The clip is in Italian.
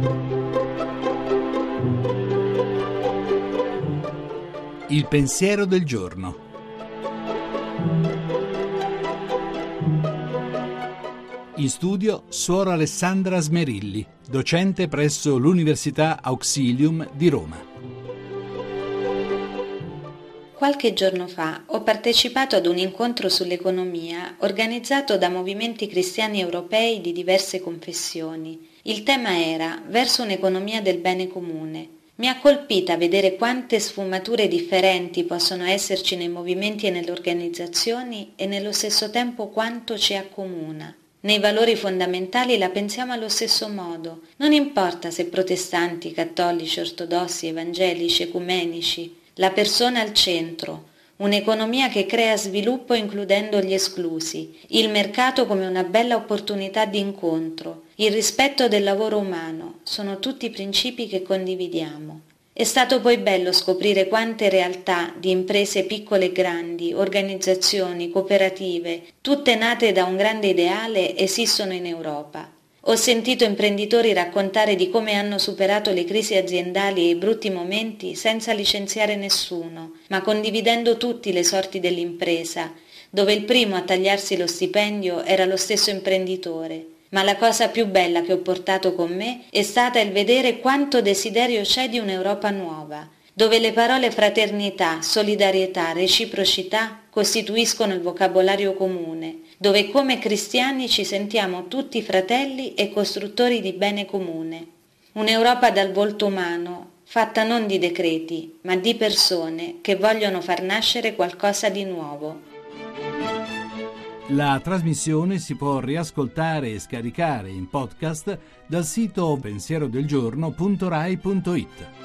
Il pensiero del giorno. In studio Suor Alessandra Smerilli, docente presso l'Università Auxilium di Roma. Qualche giorno fa ho partecipato ad un incontro sull'economia organizzato da movimenti cristiani europei di diverse confessioni. Il tema era Verso un'economia del bene comune. Mi ha colpita vedere quante sfumature differenti possono esserci nei movimenti e nelle organizzazioni e nello stesso tempo quanto ci accomuna. Nei valori fondamentali la pensiamo allo stesso modo, non importa se protestanti, cattolici, ortodossi, evangelici, ecumenici, la persona al centro, un'economia che crea sviluppo includendo gli esclusi, il mercato come una bella opportunità di incontro, il rispetto del lavoro umano, sono tutti principi che condividiamo. È stato poi bello scoprire quante realtà di imprese piccole e grandi, organizzazioni, cooperative, tutte nate da un grande ideale, esistono in Europa. Ho sentito imprenditori raccontare di come hanno superato le crisi aziendali e i brutti momenti senza licenziare nessuno, ma condividendo tutti le sorti dell'impresa, dove il primo a tagliarsi lo stipendio era lo stesso imprenditore. Ma la cosa più bella che ho portato con me è stata il vedere quanto desiderio c'è di un'Europa nuova, dove le parole fraternità, solidarietà, reciprocità costituiscono il vocabolario comune, dove come cristiani ci sentiamo tutti fratelli e costruttori di bene comune. Un'Europa dal volto umano, fatta non di decreti, ma di persone che vogliono far nascere qualcosa di nuovo. La trasmissione si può riascoltare e scaricare in podcast dal sito pensierodelgiorno.rai.it.